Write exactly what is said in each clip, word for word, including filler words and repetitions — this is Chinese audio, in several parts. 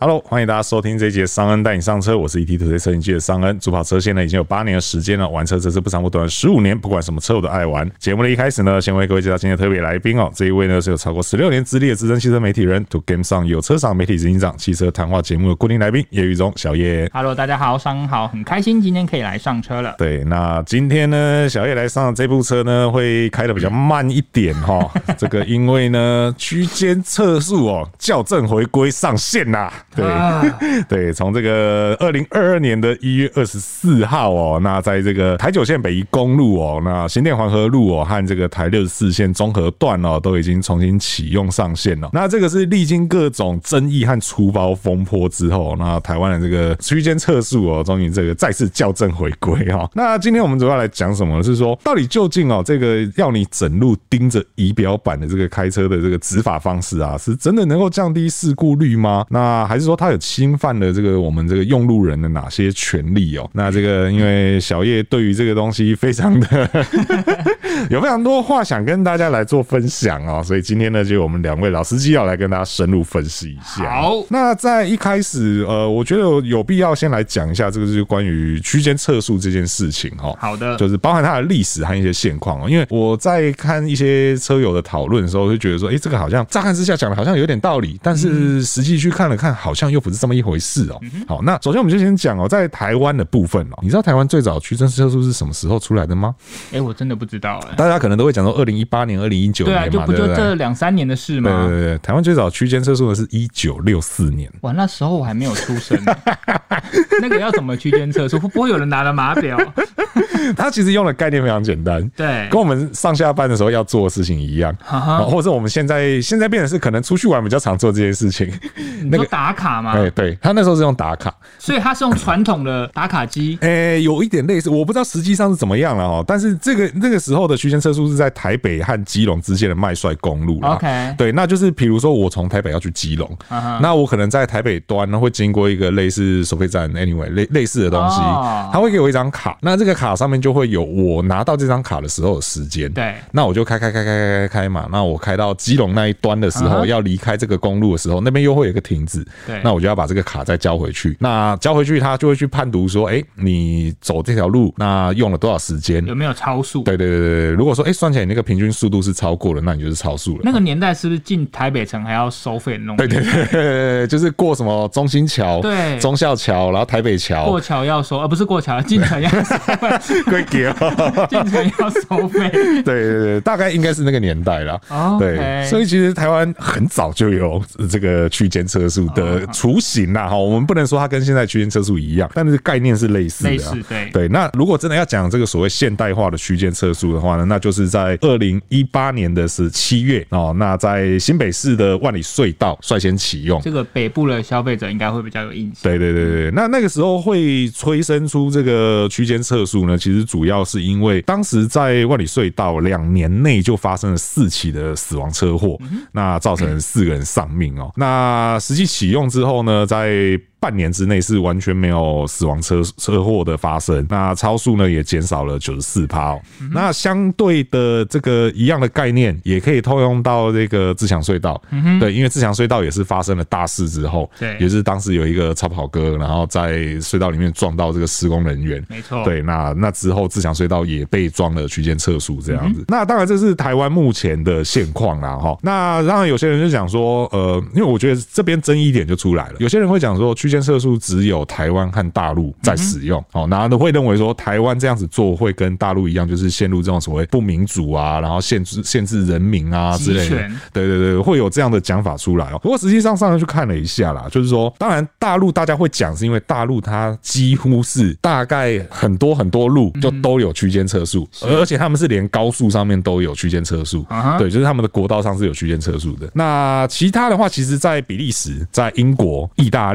Hello， 欢迎大家收听这一节尚恩带你上车，我是 E T Today 车评记的尚恩。主跑车现在已经有八年的时间了，玩车这次不长不短十五年，不管什么车我都爱玩。节目的一开始呢，先为各位介绍今天的特别来宾哦。这一位呢是有超过十六年资历的资深汽车媒体人 ，To Game 上有车赏媒体执行长、汽车谈话节目的固定来宾叶玉忠小叶。 Hello， 大家好，尚恩好，很开心今天可以来上车了。 对，那今天呢，小叶来上的这部车呢会开得比较慢一点哈。这个因为呢区间测速哦校正回归上线啦。对。啊对，从这个二零二二年的一月二十四号哦，那在这个台九线北宜公路哦，那新店环河路哦和这个台六十四线中和段哦，都已经重新启用上线了。那这个是历经各种争议和出包风波之后，那台湾的这个区间测速哦，终于这个再次校正回归哈。那今天我们主要来讲什么呢？是说到底究竟哦，这个要你整路盯着仪表板的这个开车的这个执法方式啊，是真的能够降低事故率吗？那还是说它有侵犯了这个我们这个用路人的哪些权利哦？那这个因为小叶对于这个东西非常的有非常多话想跟大家来做分享哦，所以今天呢就我们两位老司机要来跟大家深入分析一下。 好， 那在一开始呃，我觉得有必要先来讲一下这个就是关于区间测速这件事情哦。 好的， 就是包含它的历史和一些现况哦。因为我在看一些车友的讨论的时候，就觉得说，哎，这个好像乍看之下讲的好像有点道理，但是实际去看了看，好像又不是这么一回事哦。好，那首先我们就先讲哦，在台湾的部分哦，你知道台湾最早区间测速是什么时候出来的吗？ 哎，我真的不知道哎。 大家可能都会讲说二零一八年、二零一九年嘛， 对啊，就不就这两三年的事吗？ 对对对，台湾最早区间测速的是一九六四年。 哇，那时候我还没有出生。那个要怎么区间测速？会不会有人拿了码表？ 他其实用的概念非常简单， 对， 跟我们上下班的时候要做的事情一样，或者我们现在现在变成是可能出去玩比较常做这件事情。 你说打卡吗？ 对对，他那时候是用打卡， 所以他是用传统的打卡机。 诶、欸，有一点类似，我不知道实际上是怎么样了哦。但是这个那个时候的区间测速是在台北和基隆之间的麦帅公路啦。 OK， 对，那就是比如说我从台北要去基隆， uh-huh. 那我可能在台北端呢会经过一个类似收费站 ，anyway 类类似的东西，他、oh. 会给我一张卡，那这个卡上面就会有我拿到这张卡的时候的时间。 对， 那我就开开开开开开嘛，那我开到基隆那一端的时候， uh-huh. 要离开这个公路的时候，那边又会有一个停止。 对， 那我就要把这个卡再交回去。那交回去，他就会去判读说，哎、欸，你走这条路，那用了多少时间？ 有没有超速？ 对对对对，如果说哎、欸、算起来你那个平均速度是超过了，那你就是超速了。 那个年代是不是进台北城还要收费的那种？ 对对对对，就是过什么中兴桥、 对， 忠孝桥，然后台北桥， 过桥要收，而、呃、不是过桥，进城要收费， 贵给哦， 进城要收费。 对对对，大概应该是那个年代啦。 Oh, 对， okay. 所以其实台湾很早就有这个区间测速的雏形啦。哈，我们不能说它跟现在区间测速一样，但是概念是类似的、啊。 类似，对对。那如果真的要讲这个所谓现代化的区间测速的话呢，那就是在二零一八年的是七月哦，那在新北市的万里隧道率先启用。 这个北部的消费者应该会比较有印象。 对对对对，那那个时候会催生出这个区间测速呢，其实主要是因为当时在万里隧道两年内就发生了四起的死亡车祸，嗯、那造成四个人丧命哦。那实际启用之后呢，在半年之内是完全没有死亡车车祸的发生，那超速呢也减少了 百分之九十四、哦嗯、那相对的这个一样的概念也可以套用到这个自强隧道、嗯、对，因为自强隧道也是发生了大事之后，对，也是当时有一个超跑哥然后在隧道里面撞到这个施工人员， 没错， 对，那那之后自强隧道也被装了区间测速这样子、嗯、那当然这是台湾目前的现况啦齁。那当然有些人就讲说呃，因为我觉得这边争议点就出来了，有些人会讲说区间测速只有台湾和大陆在使用，哦、嗯，然后会认为说台湾这样子做会跟大陆一样，就是陷入这种所谓不民主啊，然后限制限制人民啊之类的，对对对，会有这样的讲法出来哦。不过实际上上来去看了一下啦，就是说，当然大陆大家会讲，是因为大陆它几乎是大概很多很多路就都有区间测速，嗯、而且他们是连高速上面都有区间测速，啊、对，就是他们的国道上是有区间测速的。那其他的话，其实在比利时、在英国、意大利、南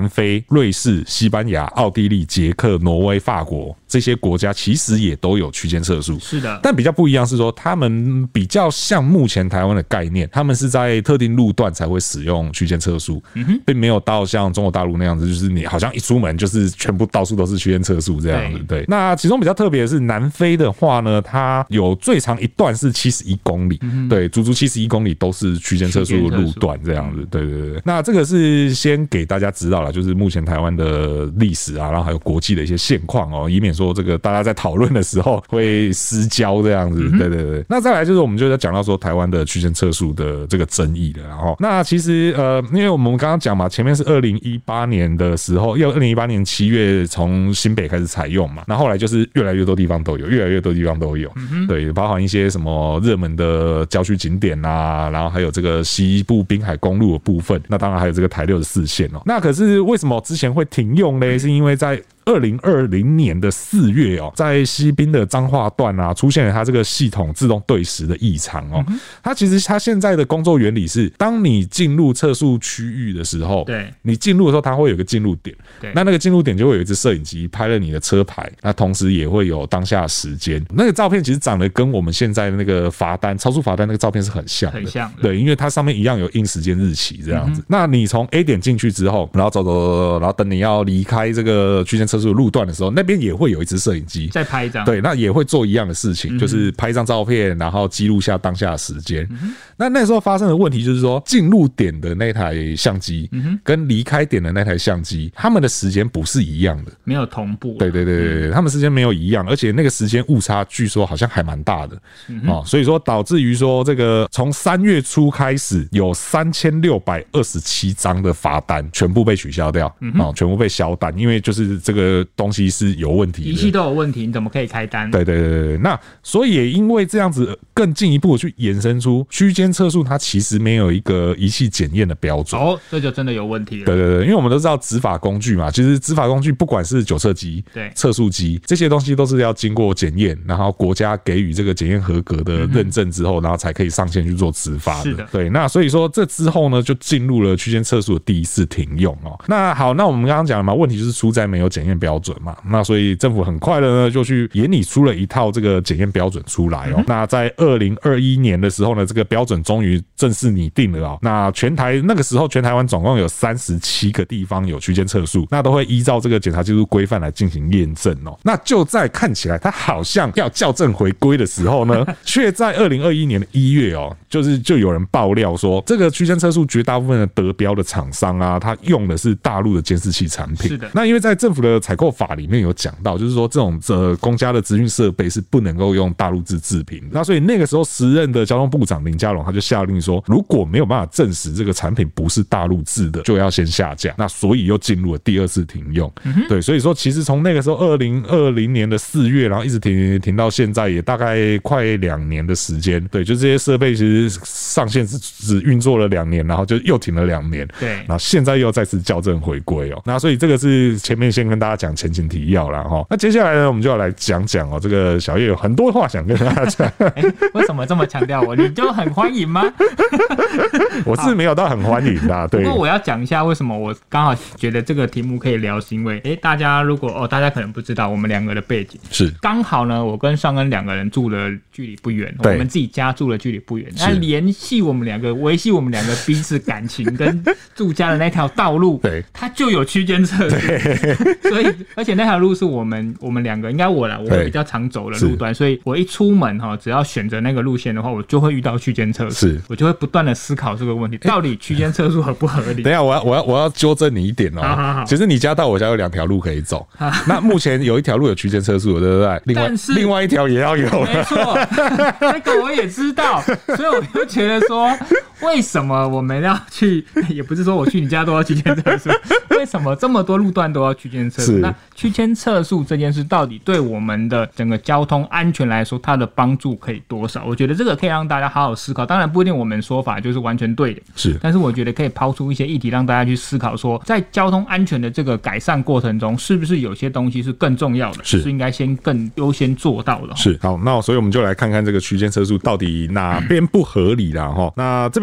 非、瑞士、西班牙、奥地利、捷克、挪威、法国这些国家其实也都有区间测速， 是的， 但比较不一样是说，他们比较像目前台湾的概念，他们是在特定路段才会使用区间测速，嗯、并没有到像中国大陆那样子，就是你好像一出门就是全部到处都是区间测速这样子。对，那其中比较特别的是南非的话呢，它有最长一段是七十一公里，嗯、对，足足七十一公里都是区间测速的路段这样子。对对对，那这个是先给大家知道了，就是目前台湾的历史啊，然后还有国际的一些现况哦，以免说这个大家在讨论的时候会失焦这样子。嗯、对对对，那再来就是我们就在讲到说台湾的区间测速的这个争议了，然后那其实呃，因为我们刚刚讲嘛，前面是二零一八年的时候，要二零一八年七月从新北开始采用嘛，那后来就是越来越多地方都有，越来越多地方都有，嗯、对，包含一些什么热门的郊区景点啊，然后还有这个西部滨海公路的部分，那当然还有这个台六十四线哦。那可是为什么之前会停用呢？是因为在二零二零年的四月哦，在西滨的彰化段啊，出现了它这个系统自动对时的异常哦。嗯、它其实它现在的工作原理是，当你进入测速区域的时候，对，你进入的时候它会有一个进入点，对，那那个进入点就会有一只摄影机拍了你的车牌，那同时也会有当下时间。那个照片其实长得跟我们现在的那个罚单、超速罚单那个照片是很像的，很像的，对，因为它上面一样有印时间日期这样子。嗯、那你从 A 点进去之后，然后走走走，然后等你要离开这个区间测速路段的时候，那边也会有一只摄影机再拍一张， 对，那也会做一样的事情，嗯、就是拍一张照片，然后记录下当下的时间。嗯、那那时候发生的问题就是说，进入点的那台相机跟离开点的那台相机，他们的时间不是一样的， 没有同步。 对对对对，嗯、他们时间没有一样，而且那个时间误差据说好像还蛮大的，嗯哦、所以说导致于说这个从三月初开始有三千六百二十七张的罚单全部被取消掉，嗯哦、全部被消单，因为就是这个东西是有问题的， 仪器都有问题，你怎么可以开单？ 对对对对，那所以也因为这样子，更进一步的去延伸出区间测速，它其实没有一个仪器检验的标准。 哦，这就真的有问题了。 对对对，因为我们都知道执法工具嘛，其实执法工具不管是酒测机、对测速机这些东西，都是要经过检验，然后国家给予这个检验合格的认证之后，嗯、然后才可以上线去做执法的。是的，对。那所以说这之后呢，就进入了区间测速的第一次停用哦。那好，那我们刚刚讲了嘛，问题就是出在没有检验标准嘛。那所以政府很快的呢，就去研拟出了一套这个检验标准出来哦。嗯、那在二零二一年的时候呢，这个标准终于正式拟定了哦。那全台那个时候，全台湾总共有三十七个地方有区间测速，那都会依照这个检查技术规范来进行验证哦。那就在看起来它好像要校正回归的时候呢，却在二零二一年的一月哦，就是就有人爆料说，这个区间测速绝大部分的得标的厂商啊，它用的是大陆的监视器产品。是的。那因为在政府的采购法里面有讲到，就是说这种呃公家的资讯设备是不能够用大陆制制品。那所以那个时候时任的交通部长林佳龙他就下令说，如果没有办法证实这个产品不是大陆制的，就要先下架。那所以又进入了第二次停用。嗯、对，所以说其实从那个时候二零二零年的四月，然后一直停停到现在，也大概快两年的时间。对，就这些设备其实上线只只运作了两年，然后就又停了两年。对，然后现在又再次校正回归哦。那所以这个是前面先跟大家讲前情提要啦齁。那接下来呢，我们就要来讲讲哦，这个小叶有很多话想跟大家讲。 欸、为什么这么强调我？你就很欢迎吗？ 我是没有到很欢迎的，对。 不过我要讲一下为什么我刚好觉得这个题目可以聊，是因为哎、欸，大家如果哦，大家可能不知道我们两个的背景是刚好呢，我跟尚恩两个人住的距离不远，我们自己家住的距离不远，那联系我们两个、维系我们两个彼此感情跟住家的那条道路，对，它就有区间测速，所以而且那条路是我们我们两个应该我啦，我比较常走的路段，所以我一出门哈，只要选择那个路线的话，我就会遇到区间测速，我就会不断的思考这个问题，到底区间测速合不合理？ 等一下，我要我要我要纠正你一点哦、喔。好好好，其实你家到我家有两条路可以走，那目前有一条路有区间测速，对不对？另外另外一条也要有， 没错，那个我也知道，所以我就觉得说，为什么我们要去？也不是说我去你家都要区间测速，为什么这么多路段都要区间测速？那区间测速这件事到底对我们的整个交通安全来说，它的帮助可以多少？我觉得这个可以让大家好好思考。当然不一定我们说法就是完全对的，是，但是我觉得可以抛出一些议题，让大家去思考说，在交通安全的这个改善过程中，是不是有些东西是更重要的，是, 是应该先更优先做到的。 是，好，那所以我们就来看看这个区间测速到底哪边不合理啦齁。那这边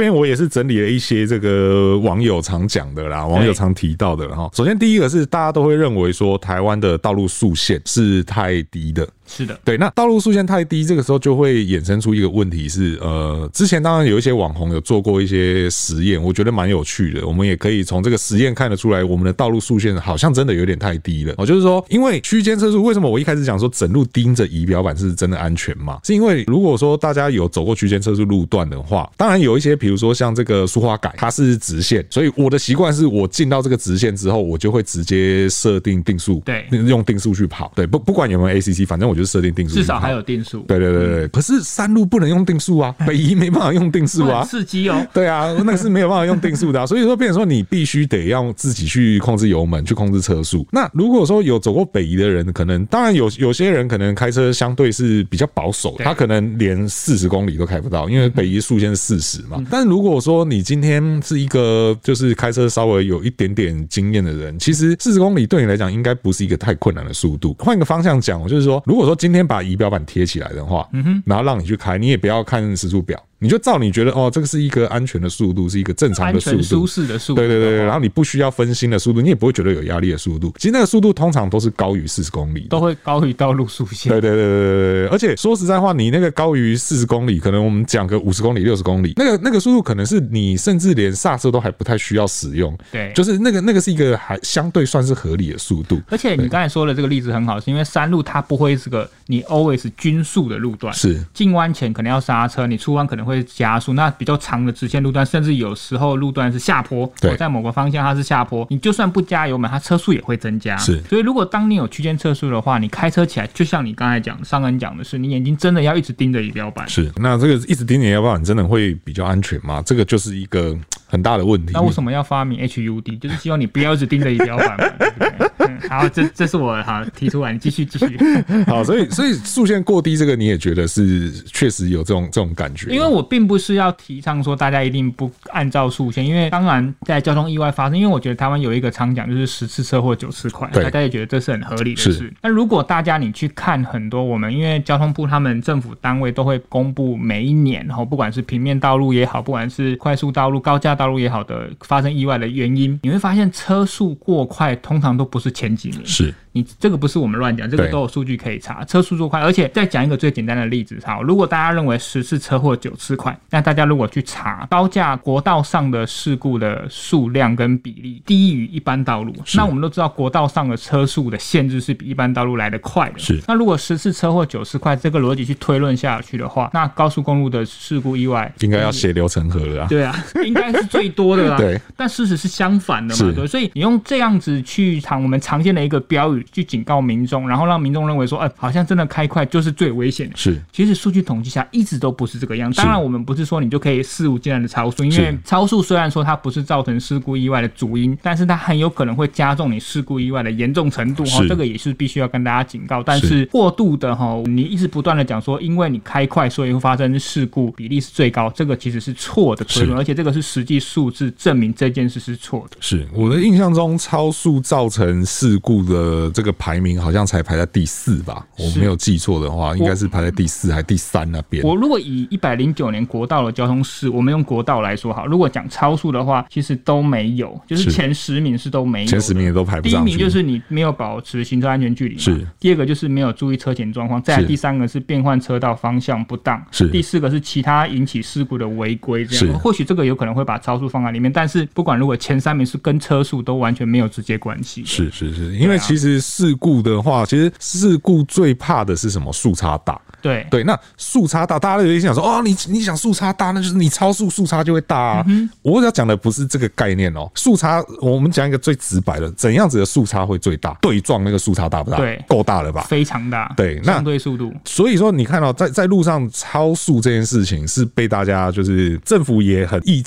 边我也是整理了一些这个网友常讲的啦，网友常提到的哈。首先第一个是大家都会认为说台湾的道路速限是太低的。 是的， 对，那道路速限太低，这个时候就会衍生出一个问题是，呃，之前当然有一些网红有做过一些实验，我觉得蛮有趣的，我们也可以从这个实验看得出来，我们的道路速限好像真的有点太低了。哦，就是说，因为区间车速，为什么我一开始讲说整路盯着仪表板是真的安全嘛？是因为如果说大家有走过区间车速路段的话，当然有一些，比如说像这个苏花改，它是直线，所以我的习惯是我进到这个直线之后，我就会直接设定定速， 对， 用定速去跑，对，不不管有没有 A C C， 反正我就是设定定速， 至少还有定速。 对对对对，嗯、可是山路不能用定速啊，北宜没办法用定速啊， 刺激哦。 对啊，那个是没有办法用定速的、啊，所以说变成说你必须得要自己去控制油门，去控制车速。那如果说有走过北宜的人，可能当然有有些人可能开车相对是比较保守，他可能连四十公里都开不到，因为北宜速限是四十嘛。嗯、但如果说你今天是一个就是开车稍微有一点点经验的人，其实四十公里对你来讲应该不是一个太困难的速度。换个方向讲，就是说，如果说今天把仪表板贴起来的话，嗯哼，然后让你去开，你也不要看时速表。你就照你觉得哦，这个是一个安全的速度，是一个正常的速度， 安全舒适的速度。 对对对，然后你不需要分心的速度，你也不会觉得有压力的速度。其实那个速度通常都是高于四十公里， 都会高于道路速限。 对对对对对对，而且说实在话，你那个高于四十公里，可能我们讲个五十公里、六十公里，那个那个速度可能是你甚至连刹车都还不太需要使用。 对， 就是那个那个是一个还相对算是合理的速度。 而且你刚才说的这个例子很好，是因为山路它不会是个你 always 均速的路段， 是进弯前可能要刹车，你出弯可能会加速。那比较长的直线路段，甚至有时候路段是下坡，在某个方向它是下坡，你就算不加油门，它车速也会增加。 是， 所以如果当你有区间测速的话，你开车起来，就像你刚才讲，上恩讲的是，你眼睛真的要一直盯着仪表板。 是，那这个一直盯着仪表板，真的会比较安全吗？这个就是一个很大的问题。 那为什么要发明 H U D？ 就是希望你不要一直盯着仪表板嘛，对不对？嗯、好，这这是我好提出来，你继续继续。 好，所以所以速限过低，这个你也觉得是确实有这种这种感觉？ 因为我并不是要提倡说大家一定不按照速限，因为当然在交通意外发生，因为我觉得台湾有一个常讲就是十次车祸九次快，大家也觉得这是很合理的事。那如果大家你去看很多我们因为交通部他们政府单位都会公布每一年，然后不管是平面道路也好，不管是快速道路、高架道路也好的发生意外的原因，你会发现车速过快通常都不是前几名。 是。 你这个不是我们乱讲，这个都有数据可以查。车速过快，而且再讲一个最简单的例子，好，如果大家认为十次车祸九次快，那大家如果去查高架国道上的事故的数量跟比例低于一般道路，那我们都知道国道上的车速的限制是比一般道路来得快的。 是， 那如果十次车祸九次快，这个逻辑去推论下去的话，那高速公路的事故意外应该要血流成河了啊。 对啊，应该是最多的啦。 对， 但事实是相反的嘛，对，所以你用这样子去常我们常见的一个标语去警告民众，然后让民众认为说，哎、欸，好像真的开快就是最危险的。 是， 其实数据统计下一直都不是这个样子。当然，我们不是说你就可以肆无忌惮的超速，因为超速虽然说它不是造成事故意外的主因，但是它很有可能会加重你事故意外的严重程度。这个也是必须要跟大家警告。但是过度的哈，你一直不断的讲说，因为你开快所以会发生事故比例是最高，这个其实是错的推论，而且这个是实际数字证明这件事是错的。 是，我的印象中，超速造成事故的这个排名好像才排在第四吧，我没有记错的话，应该是排在第四还第三那边。 我如果以一百零九年国道的交通事，我们用国道来说好，如果讲超速的话，其实都没有，就是前十名是都没有， 前十名也都排不上去。 第一名就是你没有保持行车安全距离，是。第二个就是没有注意车前状况，再来第三个是变换车道方向不当，是。第四个是其他引起事故的违规，这样或许这个有可能会把超速放在里面，但是不管如果前三名是跟车速都完全没有直接关系。 是是是，因为其实事故的话，其实事故最怕的是什么？速差大。 对对，那速差大，大家就想说，哦，你你想速差大，那就是你超速，速差就会大啊。嗯、我要讲的不是这个概念哦，速差，我们讲一个最直白的，怎样子的速差会最大？对撞那个速差大不大？ 对， 够大了吧？ 非常大。 对，那相对速度。 所以说，你看到、哦、在在路上超速这件事情是被大家就是政府也很抑制超速，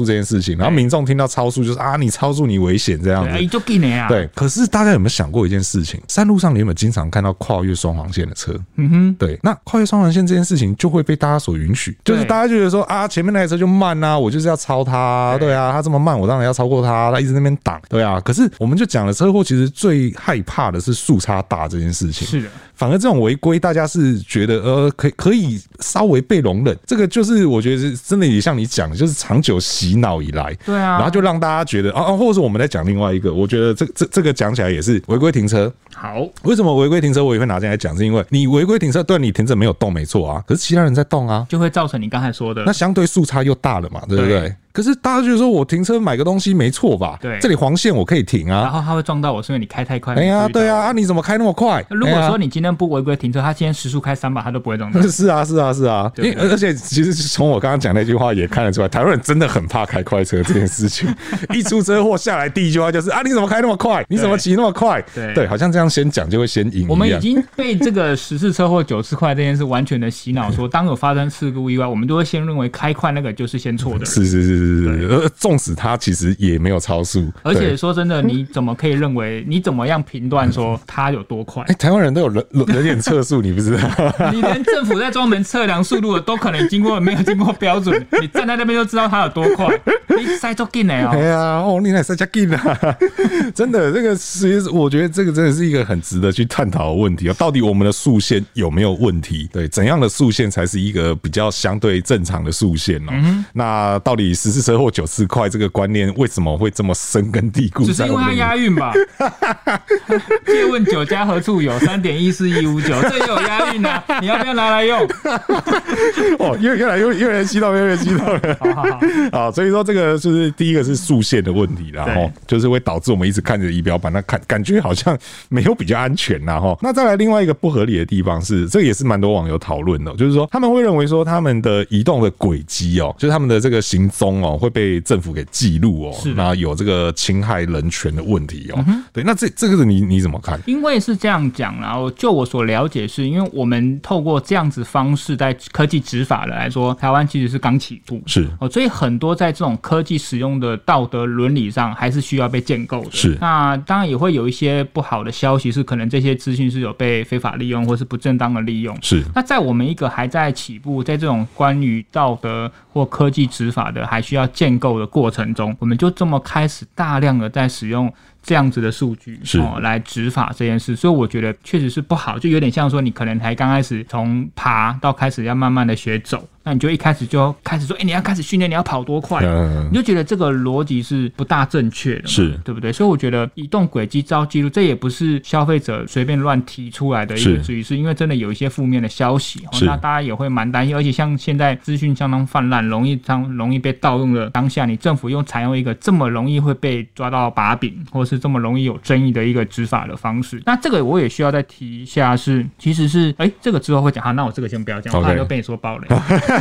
这件事情，然后民众听到超速就是啊，你超速你危险这样子， 对，就给你啊。 对，可是大家有没有想过一件事情？山路上你有没有经常看到跨越双黄线的车？嗯哼，对，那跨越双黄线这件事情就会被大家所允许，就是大家就觉得说啊，前面那台车就慢啊，我就是要超他，对啊，他这么慢，我当然要超过他，他一直在那边挡，对啊。可是我们就讲了，车祸其实最害怕的是速差大这件事情，是的。反而这种违规，大家是觉得呃，可以可以稍微被容忍，这个就是我觉得是真的，也像你讲的，就是长久洗脑以来，对啊，然后就让大家觉得啊，或者是我们在讲另外一个，我觉得这这这个讲起来也是违规停车。好，为什么违规停车我也会拿进来讲？是因为你违规停车，对，你停着没有动没错啊，可是其他人在动啊， 就会造成你刚才说的， 那相对速差又大了嘛，对不对？对，可是大家就说我停车买个东西没错吧？对，这里黄线我可以停啊。 然后他会撞到我，是因为你开太快。 哎呀，对啊，啊你怎么开那么快？ 如果说你今天不违规停车，他今天时速开三百，他都不会撞到。 是啊，是啊，是啊。因为而且其实从我刚刚讲那句话也看得出来，台湾人真的很怕开快车这件事情。一出车祸下来，第一句话就是啊，你怎么开那么快？你怎么骑那么快？对对，好像这样先讲就会先赢。 我们已经被这个十次车祸九次快这件事完全的洗脑，说当有发生事故意外，我们都会先认为开快那个就是先错的。 是是是是是。纵使他其实也没有超速， 而且说真的，你怎么可以认为？你怎么样评断说他有多快？ 哎、欸，台湾人都有人人眼测速，你不知道？ 你连政府在专门测量速度的都可能经过没有经过标准，你站在那边就知道他有多快。你塞足紧的哦！ 哎呀，哦，你还塞加紧啊！真的，这个其实我觉得这个真的是一个很值得去探讨的问题哦。到底我们的速限有没有问题？对，怎样的速限才是一个比较相对正常的速限哦？嗯、那到底十次车祸九次快这个观念为什么会这么深根蒂固？ 只是因为它押韵吧？借问酒家何处有？三点一四一五九，这也有押韵啊！你要不要拿来用？ 哦，越越来越越来越激动，越来越激动了。好好好，好，所以说这个就是第一个是速限的问题啦，哈，就是会导致我们一直看着仪表板，那看感觉好像没有比较安全啦，哈。那再来另外一个不合理的地方是，这个也是蛮多网友讨论的，就是说他们会认为说他们的移动的轨迹哦，就是他们的这个行踪哦，会被政府给记录哦，那有这个侵害人权的问题哦。嗯、对，那这这个你你怎么看？ 因为是这样讲啦，就我所了解是，因为我们透过这样子方式在科技执法的来说，台湾其实是刚起步，是哦，所以很多在这种科技使用的道德伦理上还是需要被建构的。是，那当然也会有一些不好的消息，是可能这些资讯是有被非法利用或是不正当的利用。是，那在我们一个还在起步，在这种关于道德或科技执法的还需要建构的过程中，我们就这么开始大量的在使用这样子的数据哦来执法这件事，所以我觉得确实是不好，就有点像说你可能才刚开始从爬到开始要慢慢的学走，那你就一开始就开始说，哎、欸，你要开始训练，你要跑多快，嗯、你就觉得这个逻辑是不大正确的，是对不对？所以我觉得移动轨迹遭记录，这也不是消费者随便乱提出来的一个质疑，是因为真的有一些负面的消息，那大家也会蛮担心，而且像现在资讯相当泛滥，容易当容易被盗用的当下，你政府用采用一个这么容易会被抓到把柄，或是这么容易有争议的一个执法的方式，那这个我也需要再提一下是，是其实是哎、欸，这个之后会讲，好，那我这个先不要讲， okay. 我怕又被你说爆雷。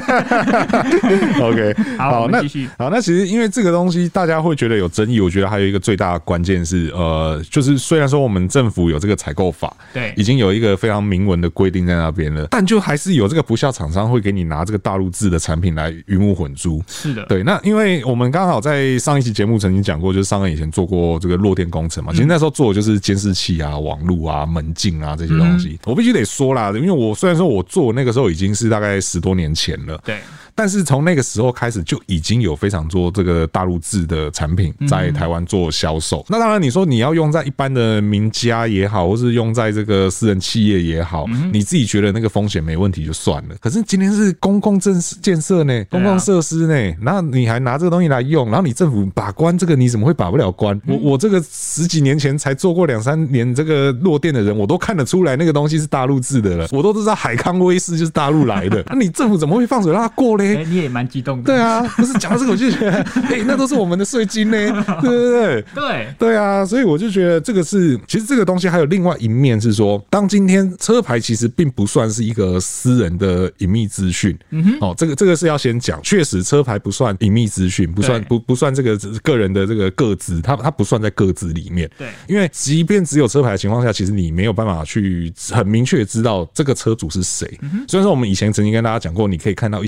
OK， 好， 好，那继续。 好，那其实因为这个东西大家会觉得有争议，我觉得还有一个最大的关键是，呃，就是虽然说我们政府有这个采购法，对，已经有一个非常明文的规定在那边了，但就还是有这个不肖厂商会给你拿这个大陆制的产品来鱼目混珠。是的，对。那因为我们刚好在上一期节目曾经讲过，就是上恩以前做过这个弱电工程嘛，其实那时候做的就是监视器啊、网路啊、门禁啊这些东西。嗯、我必须得说啦，因为我虽然说我做那个时候已经是大概十多年前了，对。但是从那个时候开始，就已经有非常多这个大陆制的产品在台湾做销售。嗯、那当然，你说你要用在一般的民家也好，或是用在这个私人企业也好，嗯、你自己觉得那个风险没问题就算了。可是今天是公共建设呢，公共设施呢，然后你还拿这个东西来用，然后你政府把关这个，你怎么会把不了关？嗯、我我这个十几年前才做过两三年这个弱电的人，我都看得出来那个东西是大陆制的了，我都知道海康威视就是大陆来的。那、啊、你政府怎么会放手让它过呢？ 欸、你也蛮激动的。 对啊，不是讲到这个我就觉得，哎、欸，那都是我们的税金呢，对不对？对对啊，所以我就觉得这个是，其实这个东西还有另外一面是说，当今天车牌其实并不算是一个私人的隐秘资讯，嗯哼，哦，这个这个是要先讲，确实车牌不算隐秘资讯，不算不不算这个个人的这个个资，它它不算在个资里面，对，因为即便只有车牌的情况下，其实你没有办法去很明确知道这个车主是谁。嗯、虽然说我们以前曾经跟大家讲过，你可以看到一些资讯。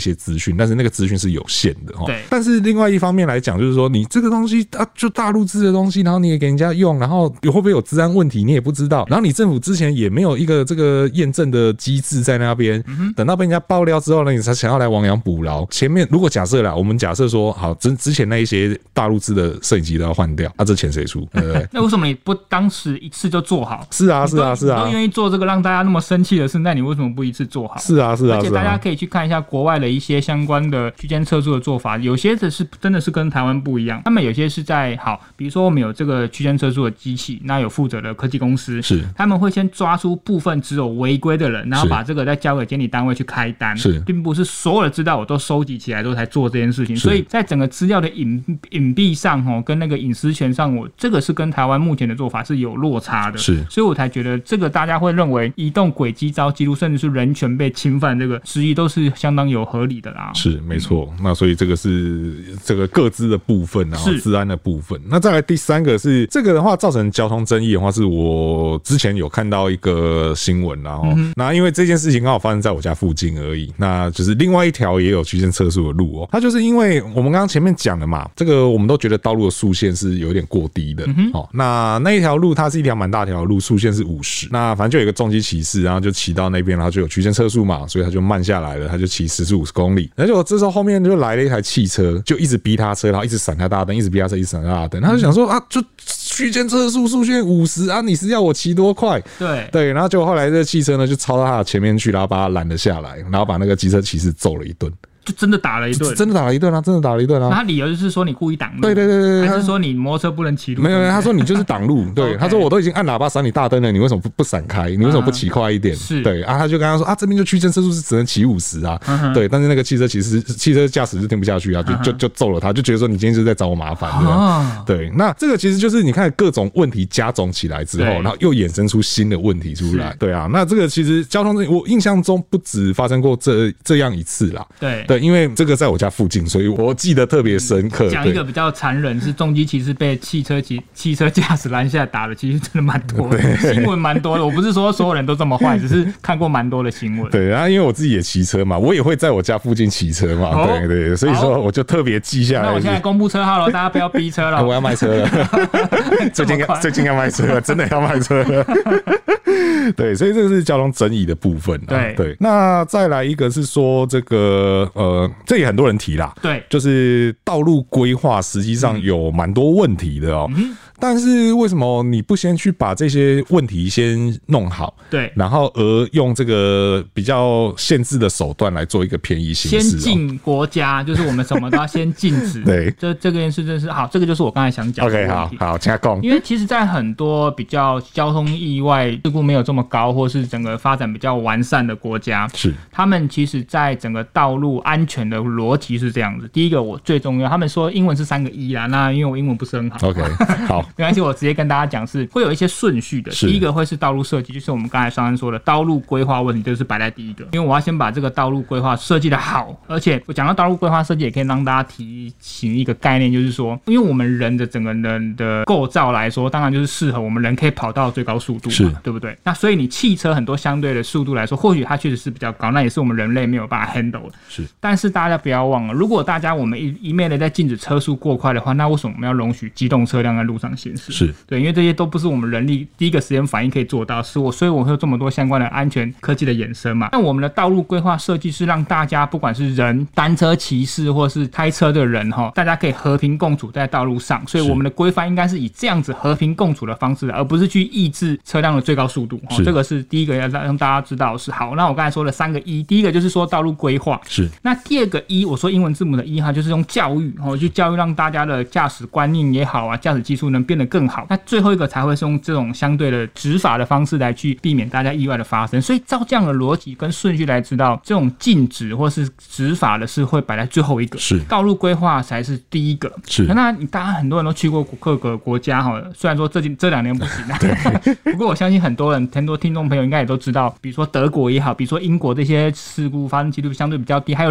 讯，但是那个资讯是有限的哈。 对。 但是另外一方面来讲，就是说你这个东西啊，就大陆制的东西，然后你也给人家用，然后会不会有治安问题，你也不知道。然后你政府之前也没有一个这个验证的机制在那边，嗯、等到被人家爆料之后呢，你才想要来亡羊补牢。前面如果假设啦，我们假设说好，之之前那一些大陆制的摄影机都要换掉，啊，这钱谁出？对不对？ 那为什么你不当时一次就做好？ 是啊，是啊，是啊， 你都愿意做这个让大家那么生气的事，那你为什么不一次做好？ 是啊，是啊， 而且大家可以去看一下国外的一些相关的区间测速的做法，有些的是真的是跟台湾不一样。他们有些是在好，比如说我们有这个区间测速的机器，那有负责的科技公司， 是他们会先抓出部分只有违规的人，然后把这个再交给监理单位去开单， 是， 并不是所有的资料我都收集起来之后才做这件事情。所以在整个资料的隐隐蔽上哦，跟那个隐私权上，我这个是跟台湾目前的做法是有落差的， 是， 所以我才觉得这个大家会认为移动轨迹遭记录，甚至是人权被侵犯，这个质疑都是相当有合理的啦。 是没错，嗯、那所以这个是这个个资的部分，然后治安的部分。那再来第三个是这个的话，造成交通争议的话，是我之前有看到一个新闻，然后、嗯、那因为这件事情刚好发生在我家附近而已，那就是另外一条也有区间测速的路哦，它就是因为我们刚刚前面讲的嘛，这个我们都觉得道路的速限是有点过低的，嗯、哦，那那一条路它是一条蛮大条的路，速限是五十，那反正就有一个重机骑士，然后就骑到那边，然后就有区间测速嘛，所以他就慢下来了，他就骑时速五十公里，然后就这时候后面就来了一台汽车，就一直逼他车，然后一直闪他大灯，一直逼他车，一直闪他大灯，他就想说啊，就区间测速速限五十啊，你是要我骑多快？ 对对，然后结果后来这个汽车呢就超到他的前面去，然后把他拦了下来，然后把那个机车骑士揍了一顿。 就真的打了一顿， 真的打了一顿啊！真的打了一顿啊！ 那他理由就是说你故意挡路， 对对对对， 还是说你摩托车不能骑路？ 没有，他说你就是挡路。对， okay. 他说我都已经按喇叭闪你大灯了，你为什么不不闪开？你为什么不骑快一点？ 啊、是， 对啊，他就跟他说啊，这边就区间测速是只能骑五十啊，嗯、对，但是那个汽车其实汽车驾驶就听不下去啊，就就就揍了他，就觉得说你今天就是在找我麻烦，对吧？啊、对，那这个其实就是你看各种问题加总起来之后，然后又衍生出新的问题出来，对啊，那这个其实交通我印象中不止发生过这这样一次啦， 对对，因为这个在我家附近，所以我记得特别深刻。 讲一个比较残忍，是重机骑士被汽车骑汽车驾驶拦下打的，其实真的蛮多的，新闻蛮多的。我不是说所有人都这么坏，只是看过蛮多的新闻。 对啊，因为我自己也骑车嘛，我也会在我家附近骑车嘛，哦、对对，所以说我就特别记下来。 那我现在公布车号了，大家不要逼车了。 我要卖车了，最近最近要卖车了，真的要卖车了。对，所以这个是交通争议的部分、啊。对对，那再来一个是说这个呃，这也很多人提啦， 对， 就是道路规划实际上有蛮多问题的哦。嗯，但是为什么你不先去把这些问题先弄好？ 对， 然后而用这个比较限制的手段来做一个便宜行事、哦？ 先进国家，就是我们什么都要先禁止。 对， 这这件事真是好，这个就是我刚才想讲的问题。 OK， 好好，加工。 因为其实，在很多比较交通意外事故没有这么高，或是整个发展比较完善的国家， 是他们其实在整个道路安全的逻辑是这样子。第一个，我最重要，他们说英文是三个一啦，那因为我英文不是很好。 OK， 好， 没关系，我直接跟大家讲，是会有一些顺序的。第一个会是道路设计，就是我们刚才上安说的道路规划问题，就是摆在第一个，因为我要先把这个道路规划设计的好，而且我讲到道路规划设计，也可以让大家提醒一个概念，就是说，因为我们人的整个人的构造来说，当然就是适合我们人可以跑到最高速度嘛，对不对？那所以你汽车很多相对的速度来说，或许它确实是比较高，那也是我们人类没有办法 handle 的。 是， 但是大家不要忘了，如果大家我们一一昧的在禁止车速过快的话，那为什么我们要容许机动车辆在路上行驶？ 是对，因为这些都不是我们人力第一个时间反应可以做到，是我所以我会有这么多相关的安全科技的衍生嘛。那我们的道路规划设计是让大家不管是人、单车骑士或是开车的人哈，大家可以和平共处在道路上，所以我们的规范应该是以这样子和平共处的方式，而不是去抑制车辆的最高速度。这个是第一个要让大家知道是好。那我刚才说的三个一，第一个就是说道路规划， 是。 那第二个一，我说英文字母的一哈，就是用教育哦，去教育让大家的驾驶观念也好啊，驾驶技术能变得更好。那最后一个才会是用这种相对的执法的方式来去避免大家意外的发生。所以照这样的逻辑跟顺序来知道，这种禁止或是执法的是会摆在最后一个， 是道路规划才是第一个。 是。 那你大家很多人都去过各个国家哈，虽然说这这两年不行啊，不过我相信很多人很多听众朋友应该也都知道，比如说德国也好，比如说英国这些事故发生几率相对比较低，还有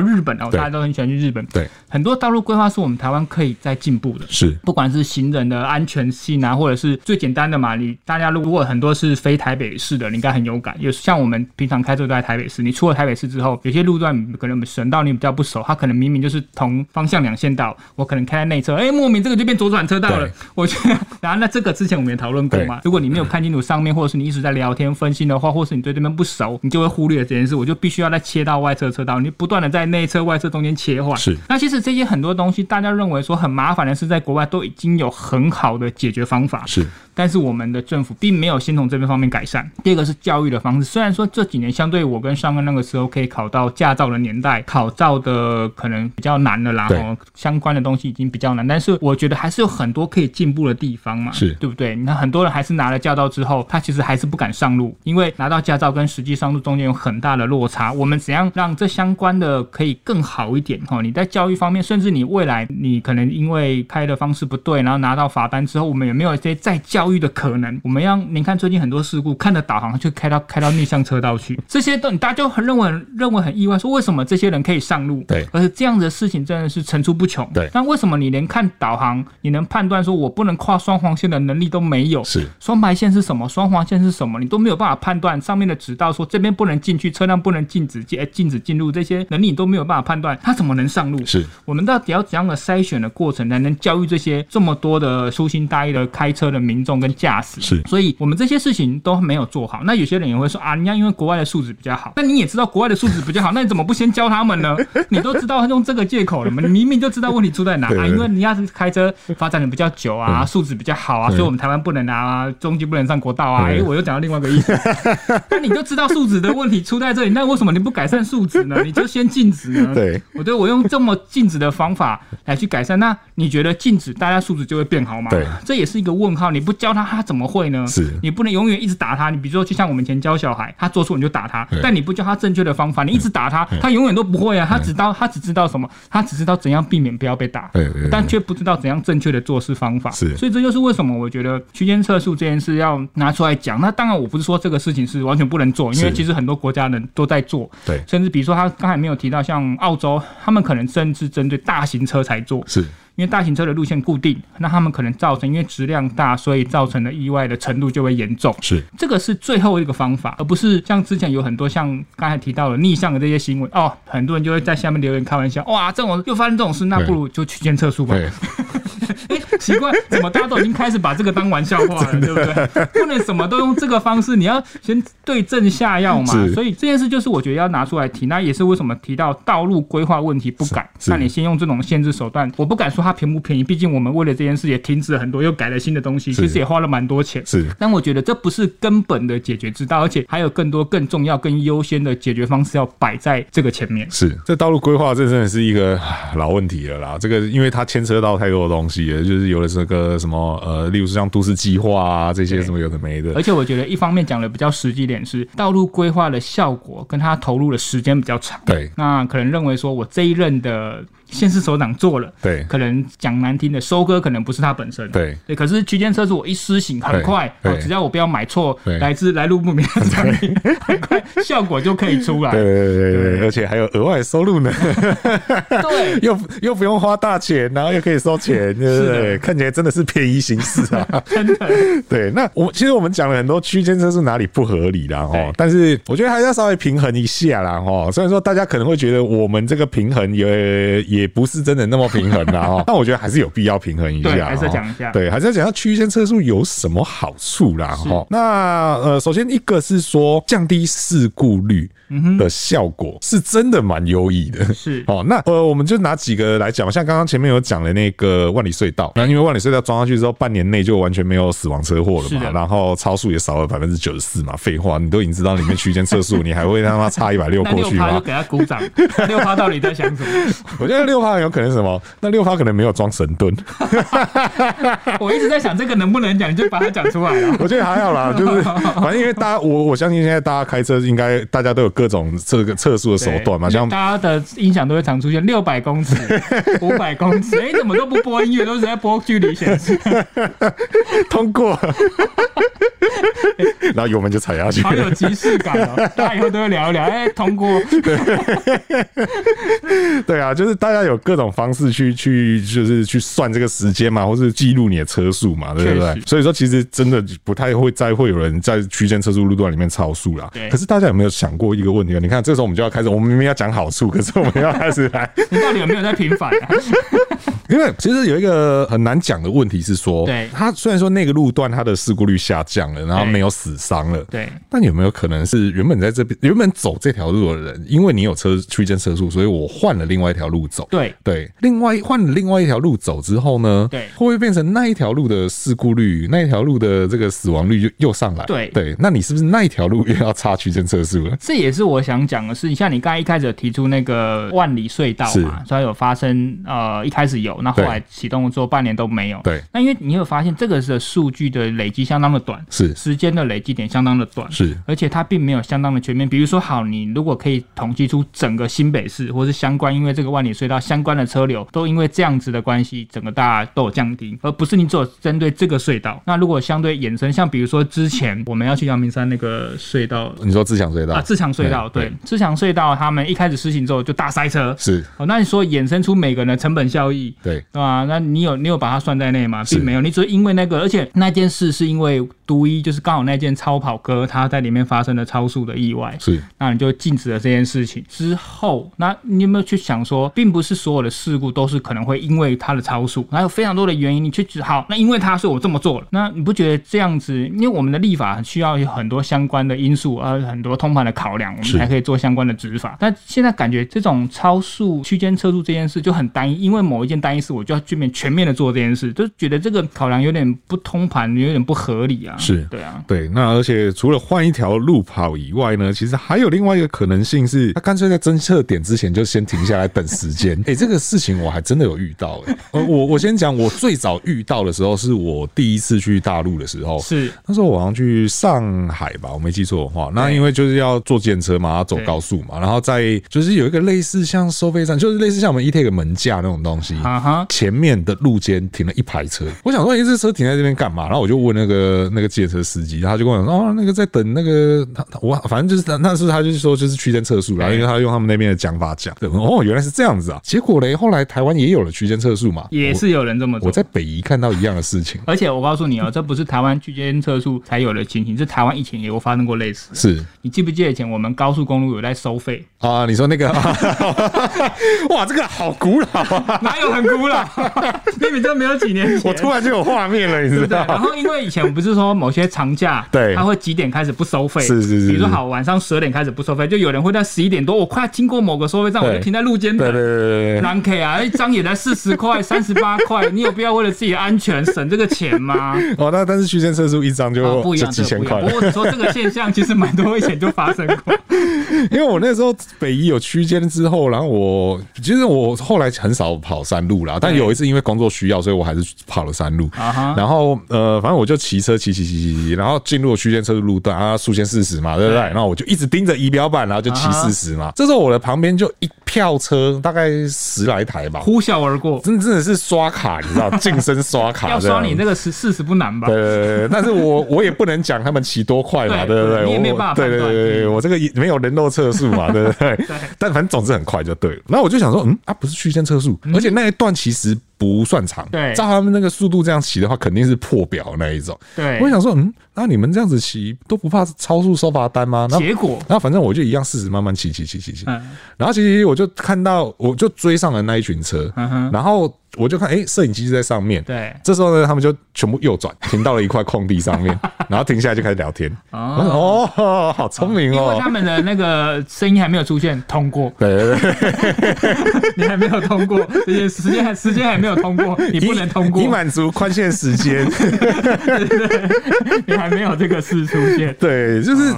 日本哦，大家都很喜欢去日本。对，很多道路规划是我们台湾可以再进步的，是不管是行人的安全性啊，或者是最简单的嘛，你大家如果很多是非台北市的，你应该很有感。有像我们平常开车都在台北市，你出了台北市之后，有些路段可能省道你比较不熟，它可能明明就是同方向两线道，我可能开在内侧，哎、欸，莫名这个就变左转车道了。我觉得，然后那这个之前我们也讨论过嘛，如果你没有看清楚上面，或者是你一直在聊天分析的话，或是你对这边不熟，你就会忽略这件事，我就必须要再切到外侧车道，你不断的在内侧外侧中间切换。是，那其实这些很多东西，大家认为说很麻烦的是，在国外都已经有很好的解决方法。是。但是我们的政府并没有先从这边方面改善。第二个是教育的方式，虽然说这几年相对我跟上恩那个时候可以考到驾照的年代，考照的可能比较难了啦，然后相关的东西已经比较难，但是我觉得还是有很多可以进步的地方嘛，是对不对？你看很多人还是拿了驾照之后，他其实还是不敢上路，因为拿到驾照跟实际上路中间有很大的落差。我们怎样让这相关的可以更好一点？你在教育方面，甚至你未来你可能因为开的方式不对，然后拿到罚单之后，我们有没有一些再教育的可能？我们要您看最近很多事故，看着导航就开到开到逆向车道去，这些都大家就很认为认为很意外，说为什么这些人可以上路？对，而且这样的事情真的是层出不穷。对，那为什么你连看导航，你能判断说我不能跨双黄线的能力都没有？是，双白线是什么？双黄线是什么？你都没有办法判断上面的指导说这边不能进去，车辆不能禁止进禁止进入，这些能力你都没有办法判断，他怎么能上路？是，我们到底要怎样的筛选的过程才能教育这些这么多的粗心大意的开车的民众跟驾驶？是，所以我们这些事情都没有做好。那有些人也会说啊，人家因为国外的素质比较好，那你也知道国外的素质比较好，那你怎么不先教他们呢？你都知道用这个借口了嘛？你明明就知道问题出在哪啊？因为人家是开车发展的比较久啊，素质比较好啊，所以我们台湾不能啊，中级不能上国道啊。哎、欸，我又讲到另外一个意思。那你就知道素质的问题出在这里，那为什么你不改善素质呢？你就先禁止呢？对，我觉得我用这么禁止的方法来去改善，那你觉得禁止大家素质就会变好吗？对，这也是一个问号。你不教他，他怎么会呢？是，你不能永远一直打他。你比如说，就像我们以前教小孩，他做错你就打他，但你不教他正确的方法，你一直打他，他永远都不会啊。他只知道他只知道什么？他只知道怎样避免不要被打，但却不知道怎样正确的做事方法。是，所以这就是为什么我觉得区间测速这件事要拿出来讲。那当然，我不是说这个事情是完全不能做，因为其实很多国家人都在做。对，甚至比如说他刚才没有提到，像澳洲，他们可能甚至针对大型车才做。是。因为大型车的路线固定，那他们可能造成因为质量大，所以造成的意外的程度就会严重。是，这个是最后一个方法，而不是像之前有很多像刚才提到的逆向的这些新闻哦，很多人就会在下面留言开玩笑，哇，这种又发生这种事，那不如就区间测速吧。哎，奇怪，怎么大家都已经开始把这个当玩笑话了，对不对？不能什么都用这个方式，你要先对症下药嘛。所以这件事就是我觉得要拿出来提，那也是为什么提到道路规划问题不敢。那你先用这种限制手段，我不敢说它便不便宜，毕竟我们为了这件事也停止了很多，又改了新的东西，其实也花了蛮多钱。是，但我觉得这不是根本的解决之道，而且还有更多更重要、更优先的解决方式要摆在这个前面。是，这道路规划这真的是一个老问题了啦。这个因为它牵扯到太多的东西了，就是有的这个什么呃，例如像都市计划啊这些什么有的没的。而且我觉得一方面讲的比较实际点是，道路规划的效果跟它投入的时间比较长。对，那可能认为说我这一任的县市首长做了，对，可能讲难听的收割可能不是他本身，对对。可是区间测速我一施行很快，哦，只要我不要买错来自来路不明的产品，很快效果就可以出来。对对对对，而且还有额外收入呢。对，又又不用花大钱，然后又可以收钱，对不对？看起来真的是便宜行事啊，真的。对，那我其实我们讲了很多区间测速哪里不合理啦，哦，但是我觉得还是要稍微平衡一下啦，哦。虽然说大家可能会觉得我们这个平衡也也不是真的那么平衡啦，哦，但我觉得还是有必要平衡一下，对，还是要讲一下，对，还是要讲一下区间测速有什么好处啦，哦。那呃，首先一个是说降低事故率的效果是真的蛮优异的，是哦。那呃，我们就拿几个来讲，像刚刚前面有讲的那个万里隧道，那因为万里隧道装上去之后，半年内就完全没有死亡车祸了嘛，然后超速也少了百分之九十四嘛，废话，你都已经知道里面区间测速，你还会让他差一百六过去吗？六趴就给他鼓掌，六趴到底在想什么？我觉得六趴有可能是什么？那六趴可能没有装神盾。 我一直在想这个能不能讲，你就把它讲出来了。 我觉得还好啦，就是反正因为大家，我我相信现在大家开车应该大家都有各种这个测速的手段嘛，像大家的音响都会常出现六百公尺、五百公尺，哎、欸，怎么都不播音乐，都是在播距离显示。 通过，然后油门就踩下去， 好有即视感哦。大家以后都会聊一聊，哎、欸，通过。 对啊，就是大家有各种方式去去，就是去算这个时间嘛，或是记录你的车速嘛，对不对？所以说，其实真的不太会再会有人在区间测速路段里面超速啦。可是大家有没有想过一个问题？你看，这时候我们就要开始，我们明明要讲好处，可是我们要开始来， 你到底有没有在平反啊？ 因为其实有一个很难讲的问题是说，对，它虽然说那个路段它的事故率下降了，然后没有死伤了，对，但有没有可能是原本在这边原本走这条路的人，因为你有车区间测速，所以我换了另外一条路走，对对，另外换了另外一条路走之后呢，对，会不会变成那一条路的事故率，那一条路的这个死亡率就又上来？对对，那你是不是那一条路又要插区间测速了？ 这也是我想讲的是，像你刚才一开始有提出那个万里隧道嘛，所以有发生呃一开始有。那后来启动之后半年都没有。对，那因为你有发现这个的数据的累积相当的短，是时间的累积点相当的短，是，而且它并没有相当的全面。比如说，好，你如果可以统计出整个新北市或是相关，因为这个万里隧道相关的车流都因为这样子的关系，整个大家都有降低，而不是你只有针对这个隧道。那如果相对衍生，像比如说之前我们要去阳明山那个隧道， 你说自强隧道啊，自强隧道，对，自强隧道他们一开始施行之后就大塞车，是，哦，那你说衍生出每个人的成本效益，对，对吧？那你有你有把它算在内吗？并没有，你只是因为那个，而且那件事是因为都一就是刚好那件超跑哥他在里面发生了超速的意外，是，那你就禁止了这件事情之后，那你有没有去想说，并不是所有的事故都是可能会因为他的超速，还有非常多的原因，你去指好，那因为他所以我这么做了，那你不觉得这样子？因为我们的立法需要有很多相关的因素，呃，很多通盘的考量，我们才可以做相关的执法。但现在感觉这种超速区间测速这件事就很单一，因为某一件单一事，我就要全面全面的做这件事，就觉得这个考量有点不通盘，有点不合理啊。是，对啊， 对。那而且除了换一条路跑以外呢，其实还有另外一个可能性是，他干脆在侦测点之前就先停下来等时间。哎、欸，这个事情我还真的有遇到、欸。呃，我我先讲，我最早遇到的时候是我第一次去大陆的时候，是那时候我好像去上海吧，我没记错的话。那因为就是要坐电车嘛，要走高速嘛，然后在就是有一个类似像收费站，就是类似像我们 E-Take 门架那种东西，前面的路肩停了一排车。我想说，哎、欸，这车停在这边干嘛？然后我就问那个那个计程车司机，他就跟我说，哦，那个在等那个他我反正就是那是他就是说就是区间测速啦，因为他用他们那边的讲法讲。哦，原来是这样子啊！结果嘞，后来台湾也有了区间测速嘛， 也是有人这么做。 我在北宜看到一样的事情， 而且我告诉你哦，这不是台湾区间测速才有的情形，是台湾以前也有发生过类似。是，你记不记得以前我们高速公路有在收费啊？你说那个，哇，这个好古老啊！ 哪有很古老？明明就没有几年前。 我突然就有画面了，你知道？ 然后因为以前不是说某些长假，对，它会几点开始不收费？是是是。比如说好，晚上十二点开始不收费，就有人会在十一点多，我快经过某个收费站，我就停在路肩等。对对对对。难 K 啊，一张也才四十块、三十八块，你有必要为了自己的安全省这个钱吗？ 哦，那但是区间测速一张就、哦、不一样，几千块。 不过我只说这个现象其实蛮多以前就发生过。 因为我那时候北宜有区间之后，然后我其实我后来很少跑山路啦，但有一次因为工作需要，所以我还是跑了山路。然后呃，反正我就骑车骑骑骑骑骑，然后进入区间测速路段啊，速限四十嘛，对不对？然后我就一直盯着仪表板，然后就骑四十嘛。这时候我的旁边就一票车，大概十来台吧， 呼啸而过， 真真的是刷卡，你知道，近身刷卡。 要刷你那个十四十不难吧？ 对对对，但是我我也不能讲他们骑多快嘛，对不对？ 你也没有办法判断。 对对对，我这个没有人肉测速嘛，对不对？但反正总之很快就对了。然后我就想说，嗯啊，不是区间测速，而且那一段其实不算长。对，照他们那个速度这样骑的话，肯定是破表那一种。对，我想说，嗯，那你们这样子骑都不怕超速收罚单吗？ 结果， 然后反正我就一样四十慢慢骑骑骑骑骑，然后其实我就看到，我就追上了那一群车，然后我就看，哎、欸，摄影机就在上面。对，这时候呢，他们就全部右转，停到了一块空地上面，然后停下来就开始聊天。哦，哦好聪明哦！ 因为他们的那个声音还没有出现通过。对对对，你还没有通过，这些时间时间还没有通过，你不能通过。 已满足宽限时间。 对对对，你还没有这个事出现。 对，就是。嗯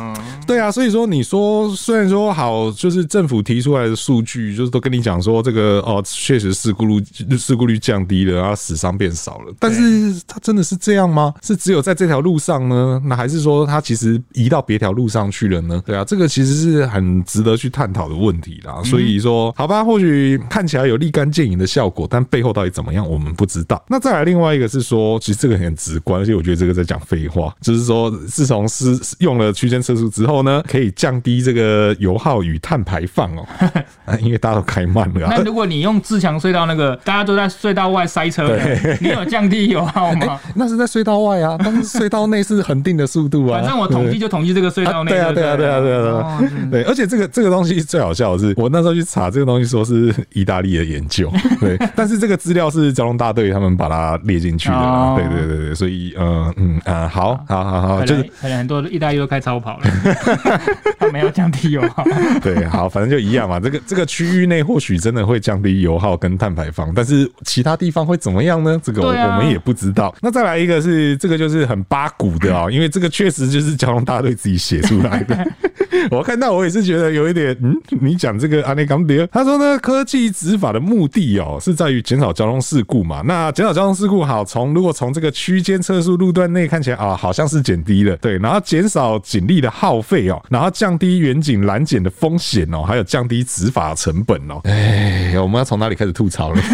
对啊，所以说你说虽然说好，就是政府提出来的数据，就是都跟你讲说这个哦，确实事故率事故率降低了，然后死伤变少了，但是它真的是这样吗？是只有在这条路上呢？那还是说它其实移到别条路上去了呢？对啊，这个其实是很值得去探讨的问题啦。所以说，好吧，或许看起来有立竿见影的效果，但背后到底怎么样，我们不知道。那再来另外一个是说，其实这个很直观，而且我觉得这个在讲废话，就是说自从是用了区间测速之后呢，可以降低这个油耗与碳排放哦、啊，因为大家都开慢了、啊。 那如果你用自强隧道那个，大家都在隧道外塞车的，你有降低油耗吗、欸？ 那是在隧道外啊，但是隧道内是恒定的速度啊。 反正我统计就统计这个隧道内、 啊。对啊，对啊，对啊，对啊，对啊。哦、对，而且这个这个东西最好笑的是，我那时候去查这个东西，说是意大利的研究，对，但是这个资料是交通大队他们把它列进去的、啊。哦、对对对对，所以呃嗯啊、呃，好好好好，就是可能很多意大利都开超跑了，他没有降低油耗。 对，好，反正就一样嘛。这个这个区域内或许真的会降低油耗跟碳排放，但是其他地方会怎么样呢？这个我们也不知道。那再来一个是这个就是很八股的哦，因为这个确实就是交通大队自己写出来的。我看到我也是觉得有一点，嗯，你讲这个安内冈迪，他说呢，科技执法的目的哦，是在于减少交通事故嘛。那减少交通事故，好，从如果从这个区间测速路段内看起来啊，好像是减低了，对，然后减少警力的耗费哦，然后降低远警拦检的风险哦，还有降低执法成本哦。哎，我们要从哪里开始吐槽呢？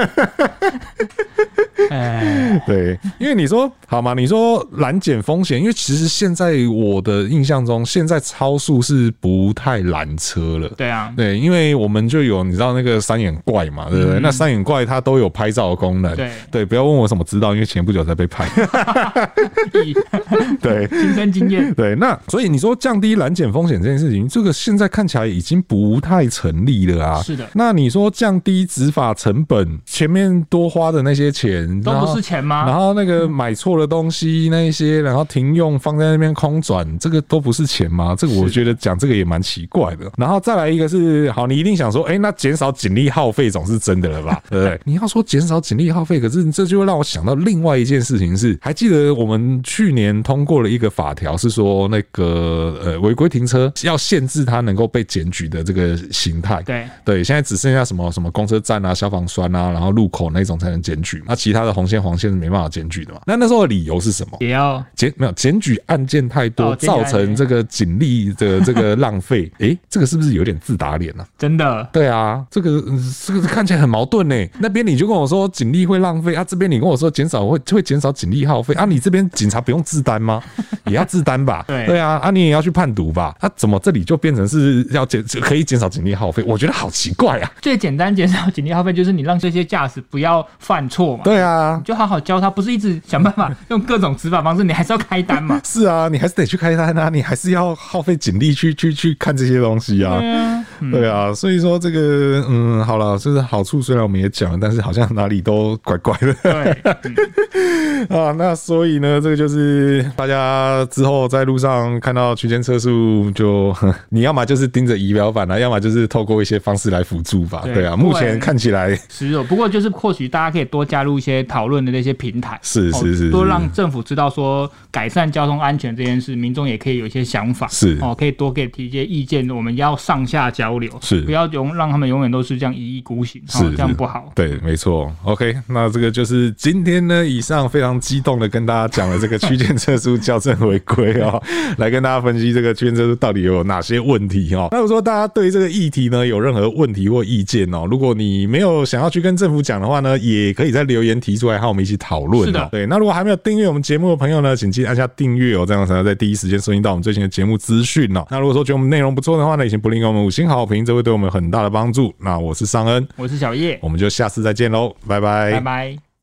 对，因为你说好嘛，你说拦检风险，因为其实现在我的印象中，现在超速是不太拦车了。 对啊， 对，因为我们就有你知道那个三眼怪嘛，对不对？嗯、那三眼怪它都有拍照的功能。对对，不要问我怎么知道，因为前不久才被拍。对， 亲身经验。 对，那所以你说降低拦检风险这件事情，这个现在看起来已经不太成立了啊。 是的。 那你说降低执法成本，前面多花的那些钱都不是钱吗？ 然后那个买错的东西那一些，然后停用放在那边空转，这个都不是钱吗？这个我觉得讲这个也蛮奇怪的。然后再来一个是，好，你一定想说，哎、欸，那减少警力耗费总是真的了吧？对不对？你要说减少警力耗费，可是这就会让我想到另外一件事情是，还记得我们去年通过了一个法条，是说那个呃违规停车要限制它能够被检举的这个形态。 对对，现在只剩下什么什么公车站啊、消防栓啊，然后路口那种才能检举，那其他的红线、黄线是没办法检举的嘛？那那时候的理由是什么？ 也要检没有检举案件太多，哦、造成这个警力的这个浪费。哎、欸，这个是不是有点自打脸啊？ 真的？ 对啊，这个这个看起来很矛盾呢。那边你就跟我说警力会浪费啊，这边你跟我说减少会会减少警力耗费啊，你这边警察不用自担吗？也要自担吧？对对啊，啊你也要去判读吧？啊怎么这里就变成是要减可以减少警力耗费？我觉得好奇怪啊。 最简单减少警力耗费就是你让这些驾驶不要犯错嘛。 对啊， 你就好好教他，不是一直想办法用各种执法方式，你还是要开单嘛。 是啊，你还是得去开单啊，你还是要耗费警力去去去看这些东西啊。对啊，嗯、对啊，所以说这个嗯，好了，就是好处虽然我们也讲了，但是好像哪里都怪怪的。对，嗯、啊，那所以呢，这个就是大家之后在路上看到区间测速，就你要么就是盯着仪表板啊，要么就是透过一些方式来辅助吧。对, 对啊，目前看起来是有，不过就是或许大家可以多加入一些讨论的那些平台， 是是 是, 是， 多让政府知道说改善交通安全这件事，民众也可以有一些想法， 是哦，可以多给提一些意见，我们要上下交流， 是不要永让他们永远都是这样一意孤行，是、哦、这样不好。 对，没错。OK， 那这个就是今天呢，以上非常激动的跟大家讲了这个区间测速校正违规哦，来跟大家分析这个区间测速到底有哪些问题哦。那如果说大家对这个议题呢有任何问题或意见哦，如果你没有想要去跟政府讲的话呢，也可以在留言提出来，和我们一起讨论。是的，对。那如果还没有订阅我们节目的朋友呢，请记得按下订阅哦，这样才能在第一时间收听到我们最新的节目资讯哦。那如果说觉得我们内容不错的话呢，也请不吝给我们五星好评，这会对我们有很大的帮助。那我是尚恩， 我是小叶， 我们就下次再见喽，拜拜， 拜拜。